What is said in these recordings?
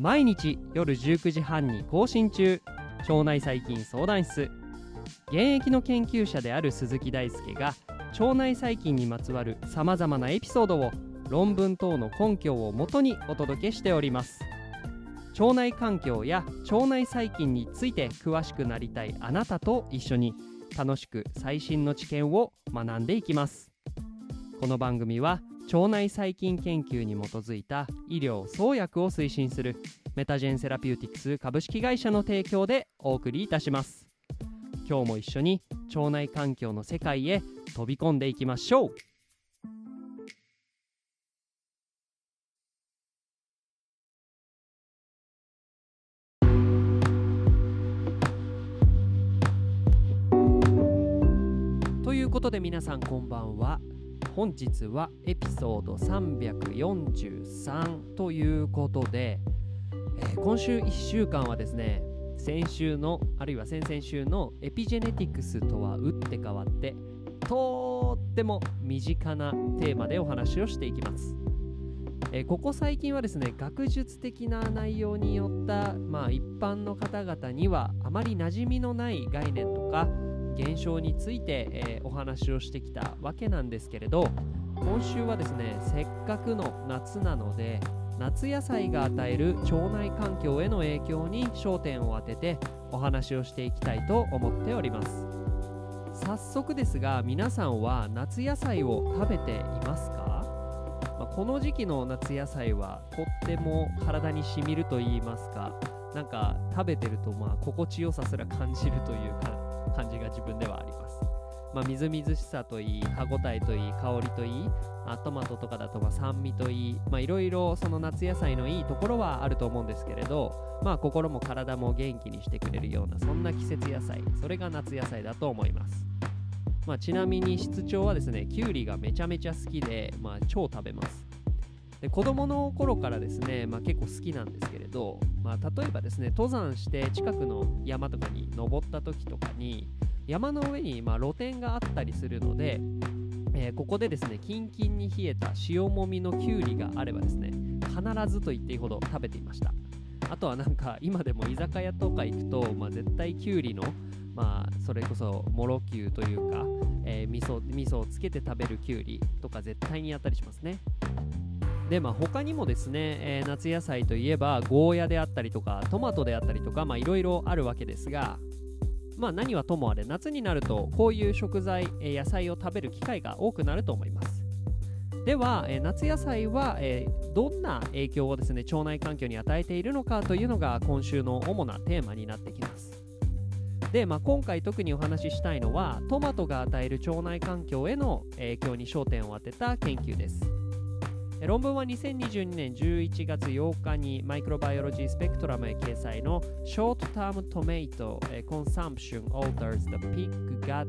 毎日夜19時半に更新中、腸内細菌相談室。現役の研究者である鈴木大輔が腸内細菌にまつわるさまざまなエピソードを論文等の根拠をもとにお届けしております。腸内環境や腸内細菌について詳しくなりたいあなたと一緒に楽しく最新の知見を学んでいきます。この番組は腸内細菌研究に基づいた医療創薬を推進するメタジェンセラピューティクス株式会社の提供でお送りいたします。今日も一緒に腸内環境の世界へ飛び込んでいきましょう。ということで皆さんこんばんは。本日はエピソード343ということで、今週1週間はですね、先週のあるいは先々週のエピジェネティクスとは打って変わってとっても身近なテーマでお話をしていきます。ここ最近はですね、学術的な内容によった、一般の方々にはあまり馴染みのない概念とか現象について、お話をしてきたわけなんですけれど、今週はですね、せっかくの夏なので夏野菜が与える腸内環境への影響に焦点を当ててお話をしていきたいと思っております。早速ですが、皆さんは夏野菜を食べていますか？この時期の夏野菜はとっても体にしみると言いますか、なんか食べてると心地よさすら感じるという感じが自分ではあります。みずみずしさといい、歯ごたえといい、香りといい、トマトとかだと酸味といい、いろいろその夏野菜のいいところはあると思うんですけれど、心も体も元気にしてくれるようなそんな季節野菜、それが夏野菜だと思います。ちなみに室長はですね、キュウリがめちゃめちゃ好きで、超食べます。で、子供の頃からですね、結構好きなんですけれど、例えばですね、登山して近くの山とかに登った時とかに山の上に露天があったりするので、ここでですね、キンキンに冷えた塩もみのキュウリがあればですね、必ずと言っていいほど食べていました。あとはなんか今でも居酒屋とか行くと、絶対キュウリのそれこそもろきゅうというか、味噌をつけて食べるキュウリとか絶対にやったりしますね。で、他にもですね、夏野菜といえばゴーヤであったりとかトマトであったりとか、いろいろあるわけですが、何はともあれ夏になるとこういう食材、野菜を食べる機会が多くなると思います。では、夏野菜は、どんな影響をですね、腸内環境に与えているのかというのが今週の主なテーマになってきます。で、今回特にお話ししたいのはトマトが与える腸内環境への影響に焦点を当てた研究です。論文は2022年11月8日にマイクロバイオロジースペクトラムへ掲載の Short-Term Tomato Consumption Alters the Pig Gut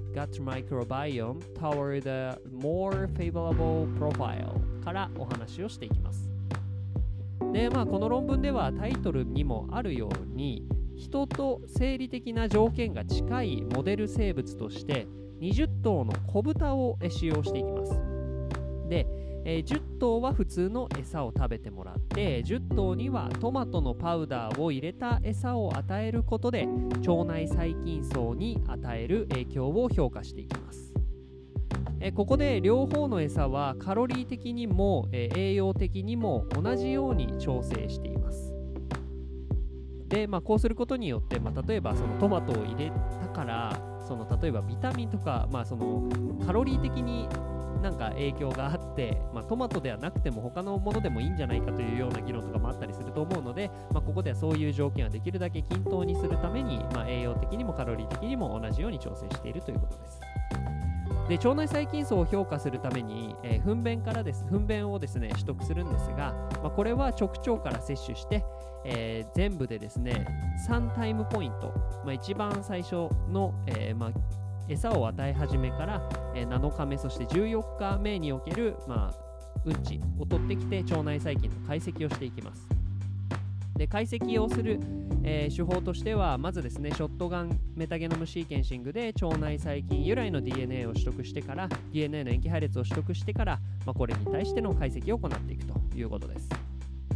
Microbiome Toward a More Favorable Profile からお話をしていきます。で、この論文ではタイトルにもあるように、人と生理的な条件が近いモデル生物として20頭の子豚を使用していきます。で、10頭は普通の餌を食べてもらって、10頭にはトマトのパウダーを入れた餌を与えることで腸内細菌層に与える影響を評価していきます。ここで両方の餌はカロリー的にも、栄養的にも同じように調整しています。で、こうすることによって、例えばそのトマトを入れたから例えばビタミンとか、そのカロリー的になんか影響があって、トマトではなくても他のものでもいいんじゃないかというような議論とかもあったりすると思うので、ここではそういう条件はできるだけ均等にするために、栄養的にもカロリー的にも同じように調整しているということです。で、腸内細菌層を評価するために、糞便をですね取得するんですが、これは直腸から摂取して、全部でですね3タイムポイント、一番最初の、餌を与え始めから、7日目そして14日目における、うんちを取ってきて腸内細菌の解析をしていきます。で、解析をする、手法としてはまずですねショットガンメタゲノムシーケンシングで腸内細菌由来の DNA を取得してから DNA の塩基配列を取得してから、これに対しての解析を行っていくということです。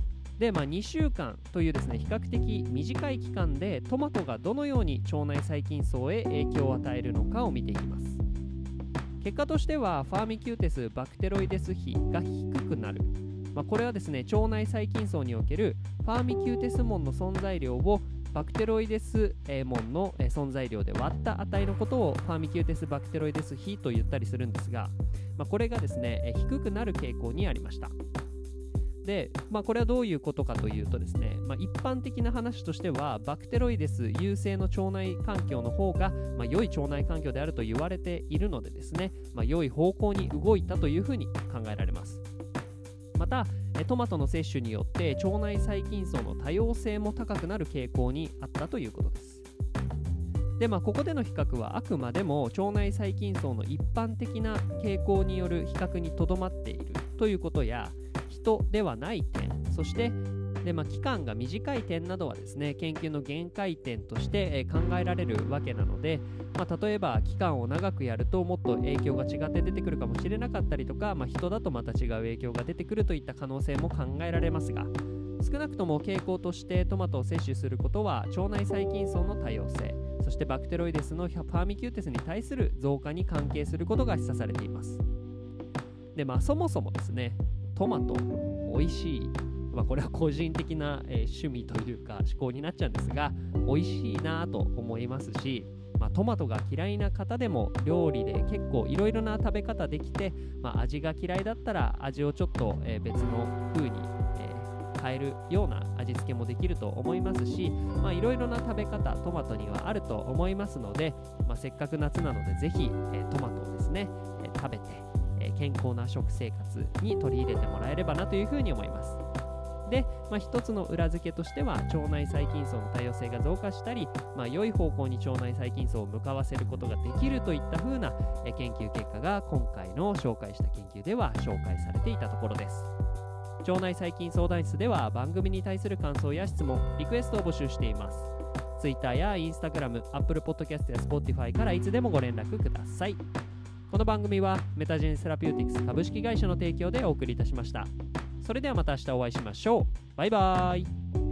で、2週間というですね、比較的短い期間でトマトがどのように腸内細菌層へ影響を与えるのかを見ていきます。結果としてはファーミキューテスバクテロイデス比が低くなる。これはですね、腸内細菌層におけるファーミキューテス門の存在量をバクテロイデス門の存在量で割った値のことをファーミキューテスバクテロイデス比と言ったりするんですが、これがですね、低くなる傾向にありました。で、これはどういうことかというとですね、一般的な話としてはバクテロイデス優勢の腸内環境の方が、良い腸内環境であると言われているのでですね、良い方向に動いたというふうに考えられます。またトマトの摂取によって腸内細菌層の多様性も高くなる傾向にあったということです。で、ここでの比較はあくまでも腸内細菌層の一般的な傾向による比較にとどまっているということや、人ではない点、そして期間が短い点などはですね、研究の限界点として考えられるわけなので、例えば期間を長くやるともっと影響が違って出てくるかもしれなかったりとか、人だとまた違う影響が出てくるといった可能性も考えられますが、少なくとも傾向としてトマトを摂取することは腸内細菌層の多様性、そしてバクテロイデスのファーミキューテスに対する増加に関係することが示唆されています。で、そもそもですね、トマト美味しい、これは個人的な、趣味というか思考になっちゃうんですが、美味しいなと思いますし、トマトが嫌いな方でも料理で結構いろいろな食べ方できて、味が嫌いだったら味をちょっと、別の風に、変えるような味付けもできると思いますし、いろいろな食べ方トマトにはあると思いますので、せっかく夏なのでぜひ、トマトをですね、食べて、健康な食生活に取り入れてもらえればなというふうに思います。で、一つの裏付けとしては腸内細菌層の多様性が増加したり、良い方向に腸内細菌層を向かわせることができるといった風な研究結果が今回の紹介した研究では紹介されていたところです。腸内細菌相談室では番組に対する感想や質問、リクエストを募集しています。Twitter や Instagram、Apple Podcast や Spotify からいつでもご連絡ください。この番組はメタジェンセラピューティクス株式会社の提供でお送りいたしました。それではまた明日お会いしましょう。バイバーイ。